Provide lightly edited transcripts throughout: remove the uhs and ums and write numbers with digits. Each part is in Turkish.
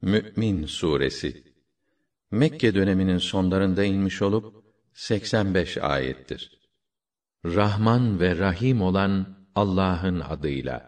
Mü'min suresi Mekke döneminin sonlarında inmiş olup 85 ayettir. Rahman ve Rahim olan Allah'ın adıyla.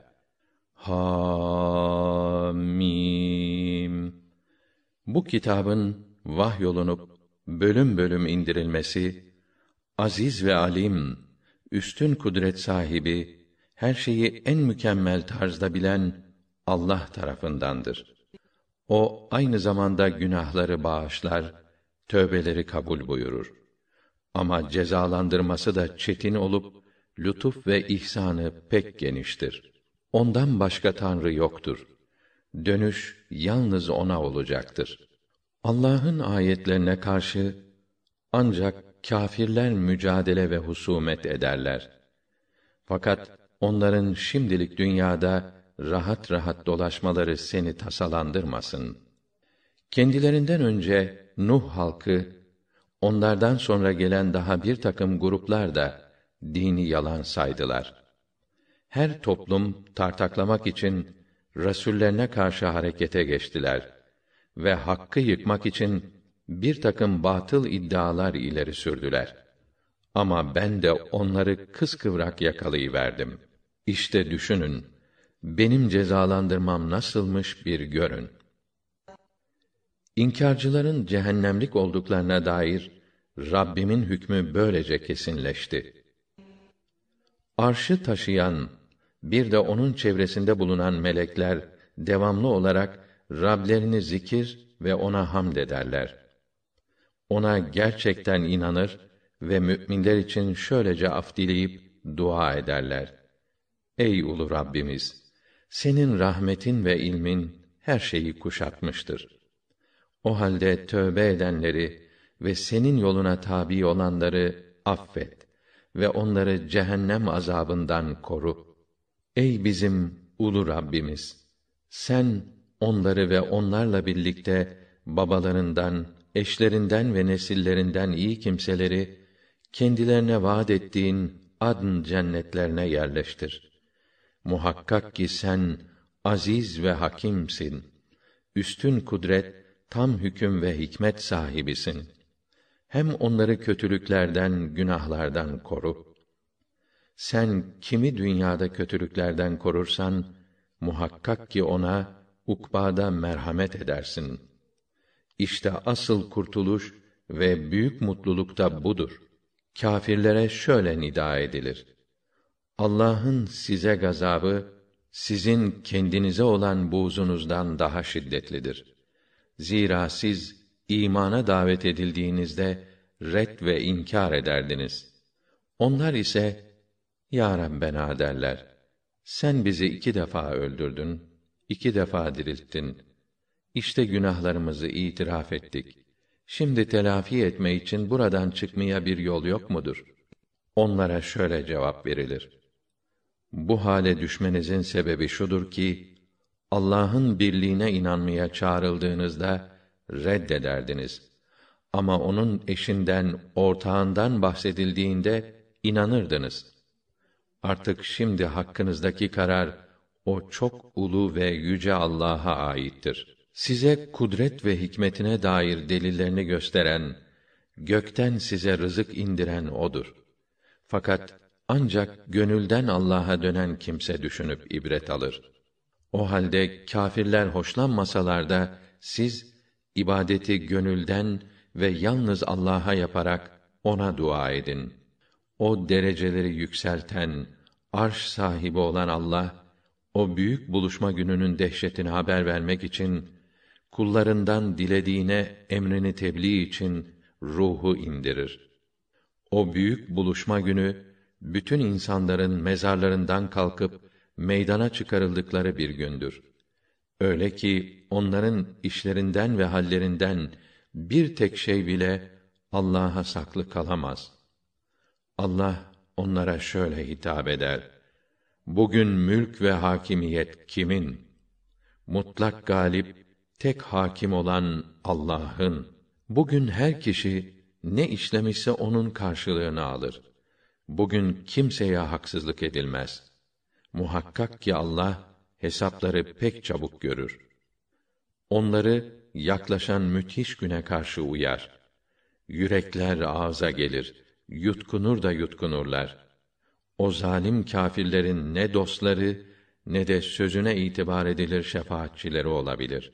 Hamim. Bu kitabın vahyolunup bölüm bölüm indirilmesi, aziz ve alim, üstün kudret sahibi, her şeyi en mükemmel tarzda bilen Allah tarafındandır. O aynı zamanda günahları bağışlar, tövbeleri kabul buyurur. Ama cezalandırması da çetin olup lütuf ve ihsanı pek geniştir. Ondan başka tanrı yoktur. Dönüş yalnız ona olacaktır. Allah'ın ayetlerine karşı ancak kâfirler mücadele ve husumet ederler. Fakat onların şimdilik dünyada rahat rahat dolaşmaları seni tasalandırmasın. Kendilerinden önce Nuh halkı, onlardan sonra gelen daha bir takım gruplar da dini yalan saydılar. Her toplum tartaklamak için rasullerine karşı harekete geçtiler ve hakkı yıkmak için bir takım batıl iddialar ileri sürdüler. Ama ben de onları kıskıvrak yakalayıverdim. İşte düşünün, benim cezalandırmam nasılmış bir görün. İnkârcıların cehennemlik olduklarına dair Rabbimin hükmü böylece kesinleşti. Arşı taşıyan, bir de onun çevresinde bulunan melekler devamlı olarak Rablerini zikir ve ona hamd ederler. Ona gerçekten inanır ve mü'minler için şöylece af dileyip dua ederler. Ey ulu Rabbimiz! Senin rahmetin ve ilmin her şeyi kuşatmıştır. O halde tövbe edenleri ve senin yoluna tabi olanları affet ve onları cehennem azabından koru. Ey bizim ulu Rabbimiz! Sen onları ve onlarla birlikte babalarından, eşlerinden ve nesillerinden iyi kimseleri kendilerine vaad ettiğin adn cennetlerine yerleştir. Muhakkak ki sen aziz ve hakimsin. Üstün kudret, tam hüküm ve hikmet sahibisin. Hem onları kötülüklerden, günahlardan koru. Sen kimi dünyada kötülüklerden korursan, muhakkak ki ona ukbada merhamet edersin. İşte asıl kurtuluş ve büyük mutluluk da budur. Kâfirlere şöyle nida edilir: Allah'ın size gazabı, sizin kendinize olan buğzunuzdan daha şiddetlidir. Zira siz imana davet edildiğinizde red ve inkar ederdiniz. Onlar ise, Ya Rabbena derler, sen bizi 2 defa öldürdün, 2 defa dirilttin. İşte günahlarımızı itiraf ettik. Şimdi telafi etme için buradan çıkmaya bir yol yok mudur? Onlara şöyle cevap verilir: Bu hale düşmenizin sebebi şudur ki, Allah'ın birliğine inanmaya çağrıldığınızda reddederdiniz. Ama onun eşinden, ortağından bahsedildiğinde inanırdınız. Artık şimdi hakkınızdaki karar, o çok ulu ve yüce Allah'a aittir. Size kudret ve hikmetine dair delillerini gösteren, gökten size rızık indiren odur. Fakat ancak gönülden Allah'a dönen kimse düşünüp ibret alır. O halde kâfirler hoşlanmasalar da siz ibadeti gönülden ve yalnız Allah'a yaparak ona dua edin. O dereceleri yükselten, arş sahibi olan Allah, o büyük buluşma gününün dehşetini haber vermek için, kullarından dilediğine emrini tebliğ için ruhu indirir. O büyük buluşma günü, bütün insanların mezarlarından kalkıp meydana çıkarıldıkları bir gündür. Öyle ki onların işlerinden ve hallerinden bir tek şey bile Allah'a saklı kalamaz. Allah onlara şöyle hitap eder: Bugün mülk ve hakimiyet kimin? Mutlak galip, tek hakim olan Allah'ın. Bugün her kişi ne işlemişse onun karşılığını alır. Bugün kimseye haksızlık edilmez. Muhakkak ki Allah hesapları pek çabuk görür. Onları yaklaşan müthiş güne karşı uyar. Yürekler ağza gelir, yutkunur da yutkunurlar. O zalim kâfirlerin ne dostları ne de sözüne itibar edilir şefaatçileri olabilir.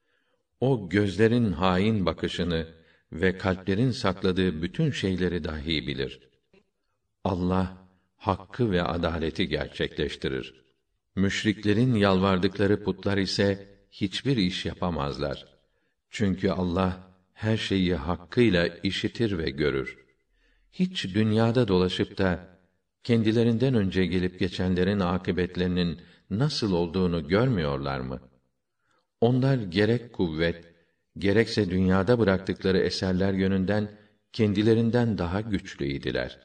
O gözlerin hain bakışını ve kalplerin sakladığı bütün şeyleri dahi bilir. Allah hakkı ve adaleti gerçekleştirir. Müşriklerin yalvardıkları putlar ise hiçbir iş yapamazlar. Çünkü Allah her şeyi hakkıyla işitir ve görür. Hiç dünyada dolaşıp da kendilerinden önce gelip geçenlerin akıbetlerinin nasıl olduğunu görmüyorlar mı? Onlar gerek kuvvet, gerekse dünyada bıraktıkları eserler yönünden kendilerinden daha güçlüydiler.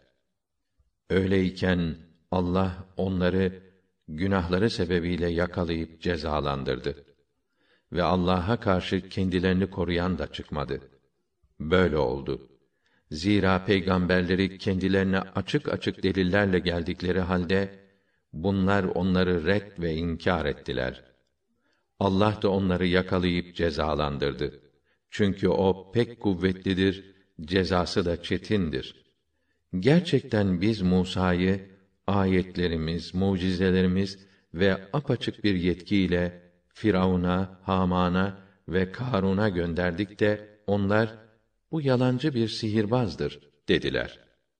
Öyleyken Allah onları günahları sebebiyle yakalayıp cezalandırdı ve Allah'a karşı kendilerini koruyan da çıkmadı. Böyle oldu. Zira peygamberleri kendilerine açık açık delillerle geldikleri halde bunlar onları ret ve inkar ettiler. Allah da onları yakalayıp cezalandırdı. Çünkü o pek kuvvetlidir, cezası da çetindir. Gerçekten biz Musa'yı ayetlerimiz, mucizelerimiz ve apaçık bir yetkiyle Firavun'a, Haman'a ve Karun'a gönderdik de onlar bu yalancı bir sihirbazdır dediler.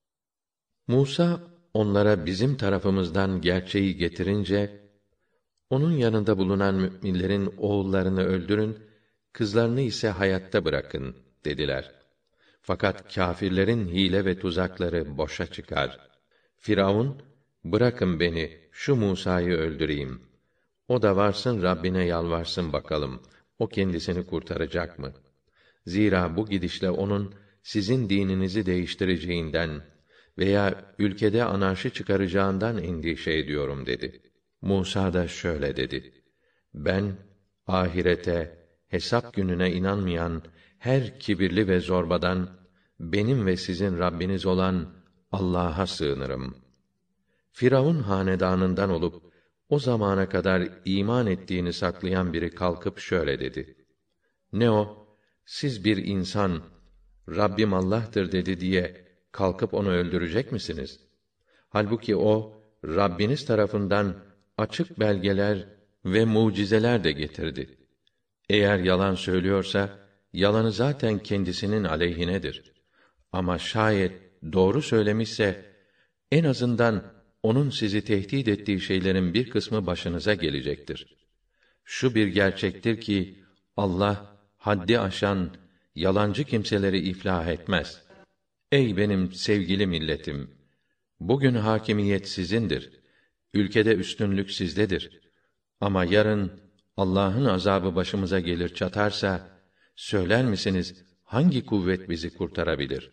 Musa onlara bizim tarafımızdan gerçeği getirince onun yanında bulunan müminlerin oğullarını öldürün, kızlarını ise hayatta bırakın dediler. Fakat kâfirlerin hile ve tuzakları boşa çıkar. Firavun, bırakın beni, şu Musa'yı öldüreyim. O da varsın Rabbine yalvarsın bakalım, o kendisini kurtaracak mı? Zira bu gidişle onun sizin dininizi değiştireceğinden veya ülkede anarşi çıkaracağından endişe ediyorum dedi. Musa da şöyle dedi: Ben ahirete, hesap gününe inanmayan her kibirli ve zorbadan benim ve sizin Rabbiniz olan Allah'a sığınırım. Firavun hanedanından olup o zamana kadar iman ettiğini saklayan biri kalkıp şöyle dedi: Ne o? Siz bir insan Rabbim Allah'tır dedi diye kalkıp onu öldürecek misiniz? Halbuki o Rabbiniz tarafından açık belgeler ve mucizeler de getirdi. Eğer yalan söylüyorsa yalanı zaten kendisinin aleyhinedir. Ama şayet doğru söylemişse en azından onun sizi tehdit ettiği şeylerin bir kısmı başınıza gelecektir. Şu bir gerçektir ki Allah haddi aşan yalancı kimseleri iflah etmez. Ey benim sevgili milletim, bugün hakimiyet sizindir. Ülkede üstünlük sizdedir. Ama yarın Allah'ın azabı başımıza gelir çatarsa söyler misiniz hangi kuvvet bizi kurtarabilir?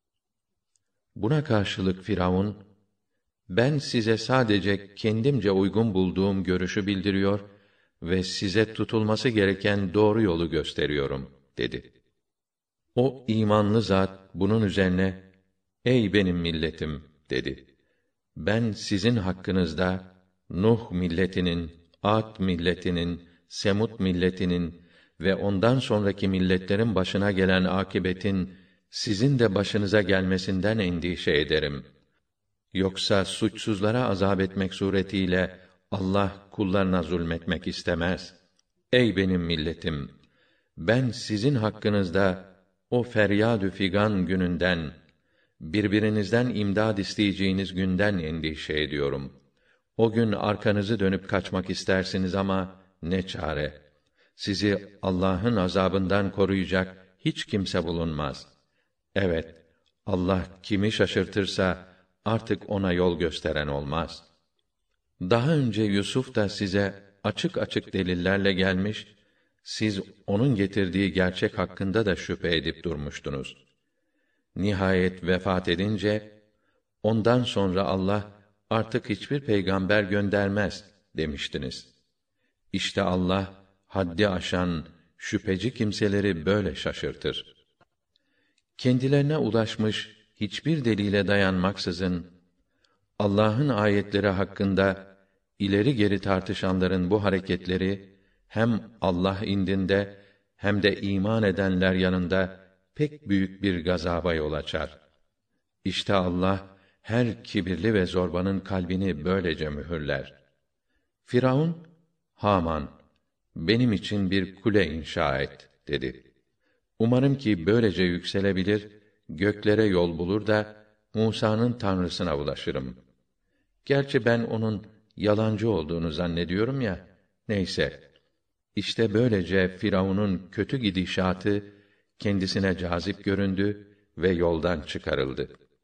Buna karşılık Firavun, ben size sadece kendimce uygun bulduğum görüşü bildiriyor ve size tutulması gereken doğru yolu gösteriyorum dedi. O imanlı zat bunun üzerine ey benim milletim dedi. Ben sizin hakkınızda Nuh milletinin, Ad milletinin, Semud milletinin ve ondan sonraki milletlerin başına gelen akıbetin sizin de başınıza gelmesinden endişe ederim. Yoksa suçsuzlara azap etmek suretiyle Allah kullarına zulmetmek istemez. Ey benim milletim! Ben sizin hakkınızda o feryad-ü figan gününden, birbirinizden imdad isteyeceğiniz günden endişe ediyorum. O gün arkanızı dönüp kaçmak istersiniz ama ne çare? Sizi Allah'ın azabından koruyacak hiç kimse bulunmaz. Evet, Allah kimi şaşırtırsa artık ona yol gösteren olmaz. Daha önce Yusuf da size açık açık delillerle gelmiş, siz onun getirdiği gerçek hakkında da şüphe edip durmuştunuz. Nihayet vefat edince, ondan sonra Allah artık hiçbir peygamber göndermez demiştiniz. İşte Allah haddi aşan şüpheci kimseleri böyle şaşırtır. Kendilerine ulaşmış hiçbir delile dayanmaksızın Allah'ın ayetleri hakkında ileri geri tartışanların bu hareketleri hem Allah indinde hem de iman edenler yanında pek büyük bir gazaba yol açar. İşte Allah her kibirli ve zorbanın kalbini böylece mühürler. Firavun, Haman, benim için bir kule inşa et, dedi. Umarım ki böylece yükselebilir, göklere yol bulur da Musa'nın tanrısına ulaşırım. Gerçi ben onun yalancı olduğunu zannediyorum ya, neyse. İşte böylece Firavun'un kötü gidişatı kendisine cazip göründü ve yoldan çıkarıldı.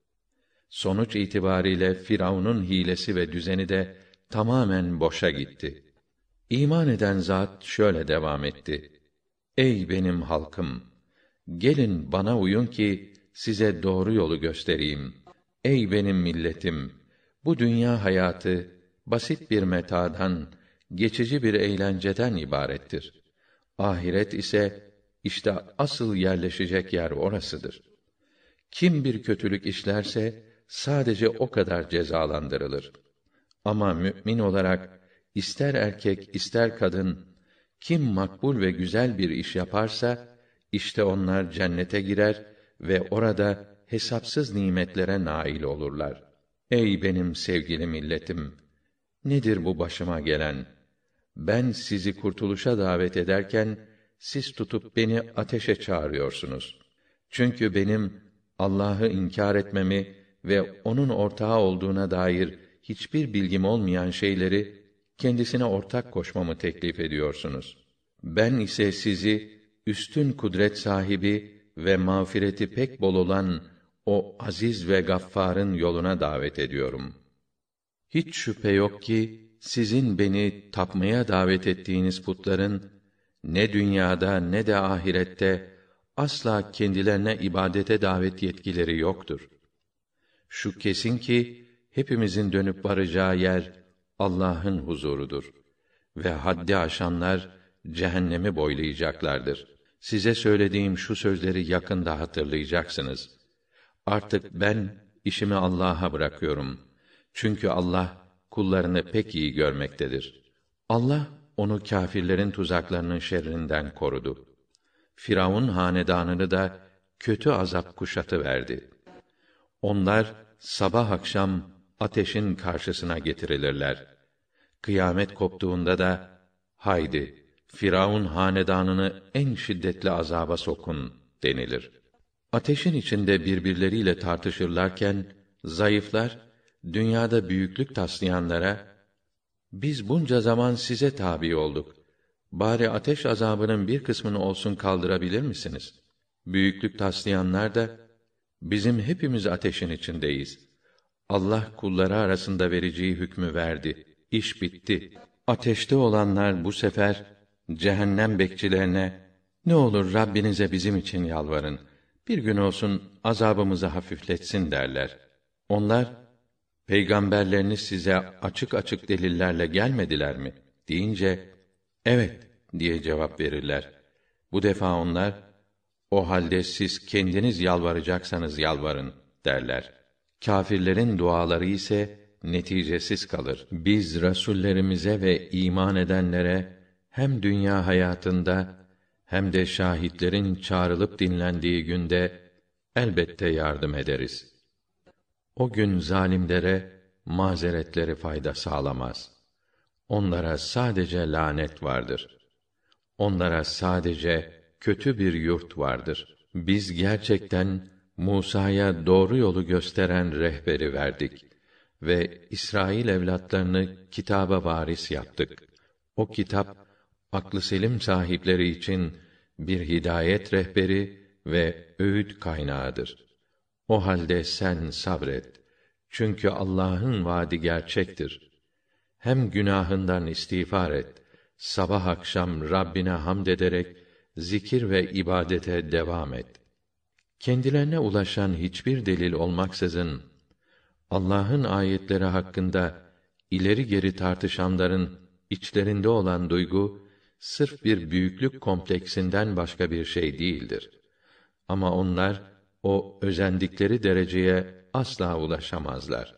Sonuç itibariyle Firavun'un hilesi ve düzeni de tamamen boşa gitti. İman eden zat şöyle devam etti: Ey benim halkım! Gelin bana uyun ki size doğru yolu göstereyim. Ey benim milletim! Bu dünya hayatı basit bir metadan, geçici bir eğlenceden ibarettir. Ahiret ise işte asıl yerleşecek yer orasıdır. Kim bir kötülük işlerse sadece o kadar cezalandırılır. Ama mü'min olarak ister erkek ister kadın kim makbul ve güzel bir iş yaparsa işte onlar cennete girer ve orada hesapsız nimetlere nail olurlar. Ey benim sevgili milletim! Nedir bu başıma gelen? Ben sizi kurtuluşa davet ederken siz tutup beni ateşe çağırıyorsunuz. Çünkü benim Allah'ı inkar etmemi ve onun ortağı olduğuna dair hiçbir bilgim olmayan şeyleri kendisine ortak koşmamı teklif ediyorsunuz. Ben ise sizi üstün kudret sahibi ve mağfireti pek bol olan o aziz ve gaffarın yoluna davet ediyorum. Hiç şüphe yok ki sizin beni tapmaya davet ettiğiniz putların ne dünyada ne de ahirette asla kendilerine ibadete davet yetkileri yoktur. Şu kesin ki hepimizin dönüp varacağı yer Allah'ın huzurudur ve haddi aşanlar cehennemi boylayacaklardır. Size söylediğim şu sözleri yakında hatırlayacaksınız. Artık ben işimi Allah'a bırakıyorum. Çünkü Allah kullarını pek iyi görmektedir. Allah onu kâfirlerin tuzaklarının şerrinden korudu. Firavun hanedanını da kötü azap kuşatıverdi. Onlar sabah akşam ateşin karşısına getirilirler. Kıyamet koptuğunda da haydi Firavun hanedanını en şiddetli azaba sokun denilir. Ateşin içinde birbirleriyle tartışırlarken zayıflar dünyada büyüklük taslayanlara biz bunca zaman size tabi olduk. Bari ateş azabının bir kısmını olsun kaldırabilir misiniz? Büyüklük taslayanlar da bizim hepimiz ateşin içindeyiz. Allah kulları arasında vereceği hükmü verdi. İş bitti. Ateşte olanlar bu sefer cehennem bekçilerine ne olur Rabbinize bizim için yalvarın. Bir gün olsun azabımızı hafifletsin derler. Onlar peygamberleriniz size açık açık delillerle gelmediler mi deyince evet diye cevap verirler. Bu defa onlar o halde siz kendiniz yalvaracaksanız yalvarın derler. Kâfirlerin duaları ise neticesiz kalır. Biz rasullerimize ve iman edenlere hem dünya hayatında hem de şahitlerin çağrılıp dinlendiği günde elbette yardım ederiz. O gün zalimlere mazeretleri fayda sağlamaz. Onlara sadece lanet vardır. Onlara sadece kötü bir yurt vardır. Biz gerçekten Musa'ya doğru yolu gösteren rehberi verdik ve İsrail evlatlarını kitaba varis yaptık. O kitap aklı selim sahipleri için bir hidayet rehberi ve öğüt kaynağıdır. O halde sen sabret. Çünkü Allah'ın vaadi gerçektir. Hem günahından istiğfar et. Sabah akşam Rabbine hamd ederek zikir ve ibadete devam et. Kendilerine ulaşan hiçbir delil olmaksızın Allah'ın ayetleri hakkında ileri geri tartışanların içlerinde olan duygu sırf bir büyüklük kompleksinden başka bir şey değildir. Ama onlar o özendikleri dereceye asla ulaşamazlar.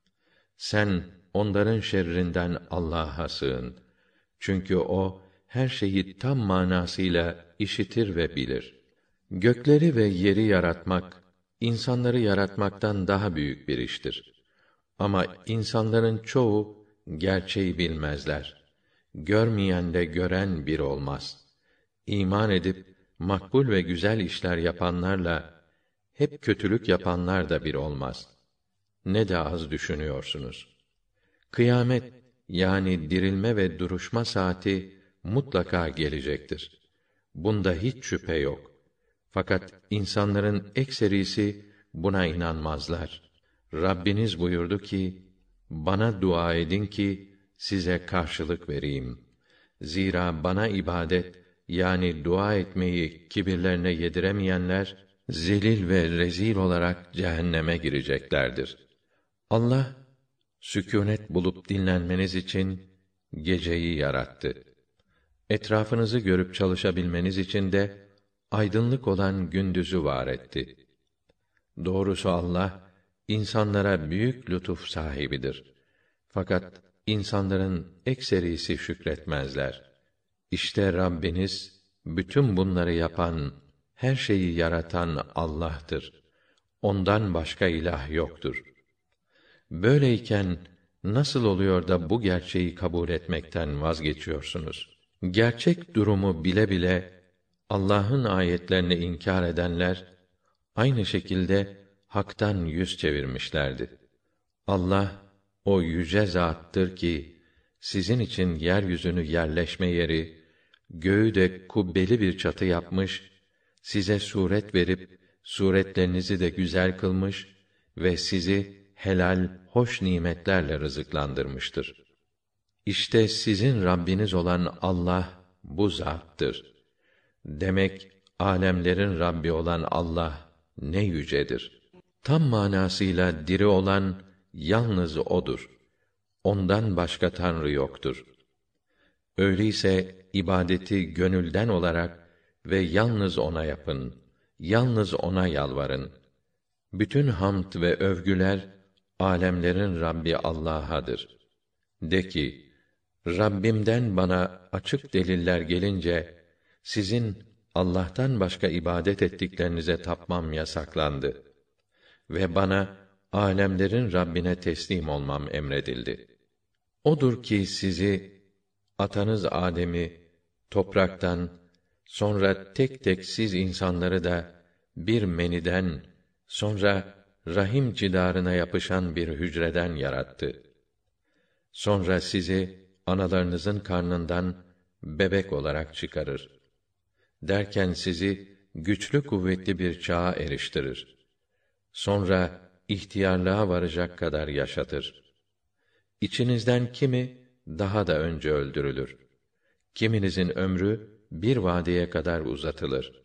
Sen onların şerrinden Allah'a sığın. Çünkü o her şeyi tam manasıyla işitir ve bilir. Gökleri ve yeri yaratmak, insanları yaratmaktan daha büyük bir iştir. Ama insanların çoğu gerçeği bilmezler. Görmeyen de gören bir olmaz. İman edip makbul ve güzel işler yapanlarla hep kötülük yapanlar da bir olmaz. Ne de az düşünüyorsunuz. Kıyamet, yani dirilme ve duruşma saati mutlaka gelecektir. Bunda hiç şüphe yok. Fakat insanların ekserisi buna inanmazlar. Rabbiniz buyurdu ki, bana dua edin ki size karşılık vereyim. Zira bana ibadet, yani dua etmeyi kibirlerine yediremeyenler, zelil ve rezil olarak cehenneme gireceklerdir. Allah, sükûnet bulup dinlenmeniz için geceyi yarattı. Etrafınızı görüp çalışabilmeniz için de aydınlık olan gündüzü var etti. Doğrusu Allah, insanlara büyük lütuf sahibidir. Fakat insanların ekserisi şükretmezler. İşte Rabbiniz, bütün bunları yapan, her şeyi yaratan Allah'tır. Ondan başka ilah yoktur. Böyleyken, nasıl oluyor da bu gerçeği kabul etmekten vazgeçiyorsunuz? Gerçek durumu bile bile, Allah'ın ayetlerini inkar edenler, aynı şekilde haktan yüz çevirmişlerdi. Allah, o yüce zattır ki, sizin için yeryüzünü yerleşme yeri, göğü de kubbeli bir çatı yapmış, size suret verip, suretlerinizi de güzel kılmış ve sizi helal, hoş nimetlerle rızıklandırmıştır. İşte sizin Rabbiniz olan Allah, bu zattır. Demek, âlemlerin Rabbi olan Allah, ne yücedir. Tam manasıyla diri olan, yalnız O'dur. Ondan başka Tanrı yoktur. Öyleyse, ibadeti gönülden olarak ve yalnız O'na yapın. Yalnız O'na yalvarın. Bütün hamd ve övgüler, âlemlerin Rabbi Allah'adır. De ki, Rabbimden bana açık deliller gelince, sizin Allah'tan başka ibadet ettiklerinize tapmam yasaklandı ve bana âlemlerin Rabbine teslim olmam emredildi. Odur ki sizi, atanız Adem'i topraktan, sonra tek tek siz insanları da bir meniden, sonra rahim cidarına yapışan bir hücreden yarattı. Sonra sizi analarınızın karnından bebek olarak çıkarır. Derken sizi güçlü kuvvetli bir çağa eriştirir. Sonra ihtiyarlığa varacak kadar yaşatır. İçinizden kimi daha da önce öldürülür. Kiminizin ömrü bir vadeye kadar uzatılır.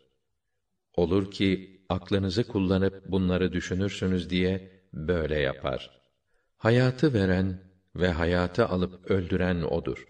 Olur ki aklınızı kullanıp bunları düşünürsünüz diye böyle yapar. Hayatı veren ve hayatı alıp öldüren O'dur.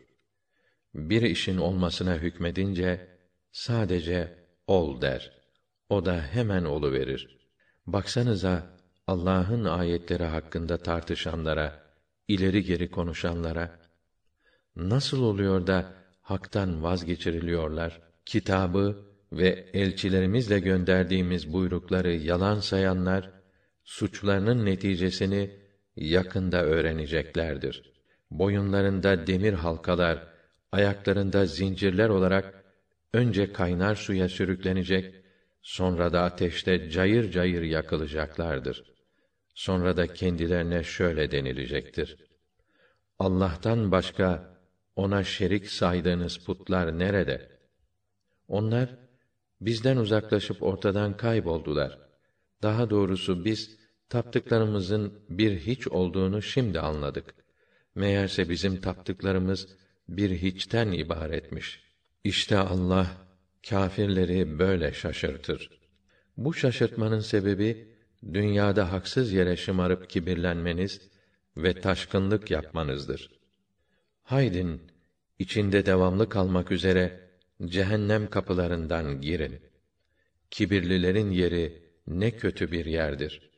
Bir işin olmasına hükmedince sadece ol der. O da hemen oluverir. Baksanıza Allah'ın ayetleri hakkında tartışanlara, ileri geri konuşanlara, nasıl oluyor da haktan vazgeçiriliyorlar? Kitabı ve elçilerimizle gönderdiğimiz buyrukları yalan sayanlar, suçlarının neticesini yakında öğreneceklerdir. Boyunlarında demir halkalar, ayaklarında zincirler olarak önce kaynar suya sürüklenecek, sonra da ateşte cayır cayır yakılacaklardır. Sonra da kendilerine şöyle denilecektir: Allah'tan başka ona şerik saydığınız putlar nerede? Onlar bizden uzaklaşıp ortadan kayboldular. Daha doğrusu biz taptıklarımızın bir hiç olduğunu şimdi anladık. Meğerse bizim taptıklarımız bir hiçten ibaretmiş. İşte Allah kâfirleri böyle şaşırtır. Bu şaşırtmanın sebebi dünyada haksız yere şımarıp kibirlenmeniz ve taşkınlık yapmanızdır. Haydin, içinde devamlı kalmak üzere cehennem kapılarından girin. Kibirlilerin yeri ne kötü bir yerdir.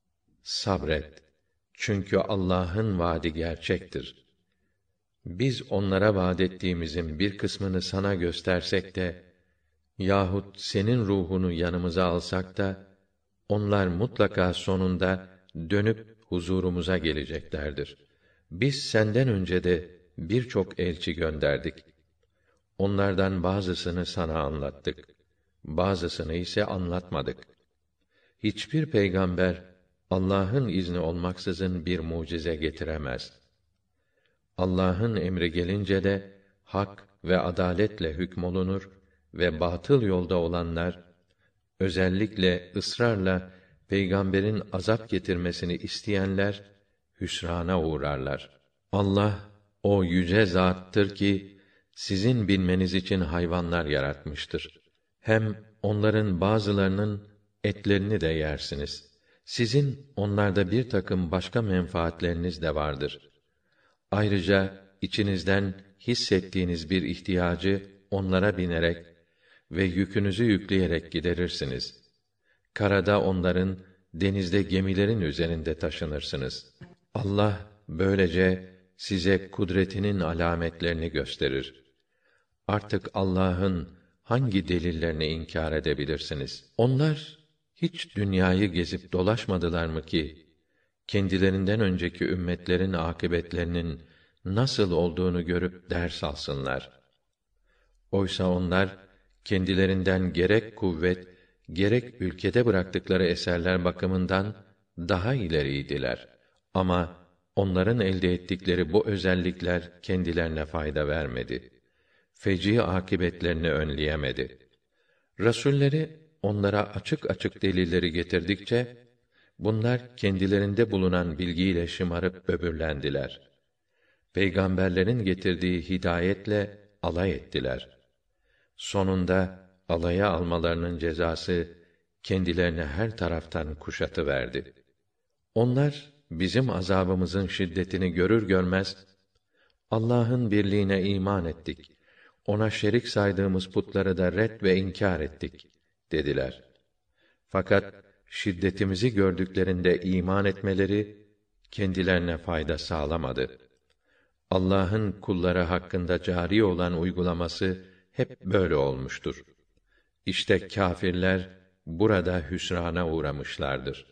Sabret, çünkü Allah'ın vaadi gerçektir. Biz onlara vaad ettiğimizin bir kısmını sana göstersek de, yahut senin ruhunu yanımıza alsak da onlar mutlaka sonunda dönüp huzurumuza geleceklerdir. Biz senden önce de birçok elçi gönderdik. Onlardan bazısını sana anlattık. Bazısını ise anlatmadık. Hiçbir peygamber Allah'ın izni olmaksızın bir mucize getiremez. Allah'ın emri gelince de hak ve adaletle hükmolunur ve batıl yolda olanlar özellikle ısrarla peygamberin azap getirmesini isteyenler hüsrana uğrarlar. Allah o yüce zattır ki sizin bilmeniz için hayvanlar yaratmıştır. Hem onların bazılarının etlerini de yersiniz. Sizin onlarda bir takım başka menfaatleriniz de vardır. Ayrıca içinizden hissettiğiniz bir ihtiyacı onlara binerek ve yükünüzü yükleyerek giderirsiniz. Karada onların, denizde gemilerin üzerinde taşınırsınız. Allah böylece size kudretinin alametlerini gösterir. Artık Allah'ın hangi delillerini inkar edebilirsiniz? Onlar hiç dünyayı gezip dolaşmadılar mı ki kendilerinden önceki ümmetlerin akıbetlerinin nasıl olduğunu görüp ders alsınlar? Oysa onlar kendilerinden gerek kuvvet, gerek ülkede bıraktıkları eserler bakımından daha ileriydiler. Ama onların elde ettikleri bu özellikler kendilerine fayda vermedi. Feci akıbetlerini önleyemedi. Rasulleri onlara açık açık delilleri getirdikçe bunlar kendilerinde bulunan bilgiyle şımarıp böbürlendiler. Peygamberlerin getirdiği hidayetle alay ettiler. Sonunda alaya almalarının cezası kendilerine her taraftan kuşatıverdi. Onlar bizim azabımızın şiddetini görür görmez Allah'ın birliğine iman ettik. Ona şerik saydığımız putları da red ve inkar ettik dediler. Fakat şiddetimizi gördüklerinde iman etmeleri kendilerine fayda sağlamadı. Allah'ın kulları hakkında cari olan uygulaması hep böyle olmuştur. İşte kâfirler burada hüsrana uğramışlardır.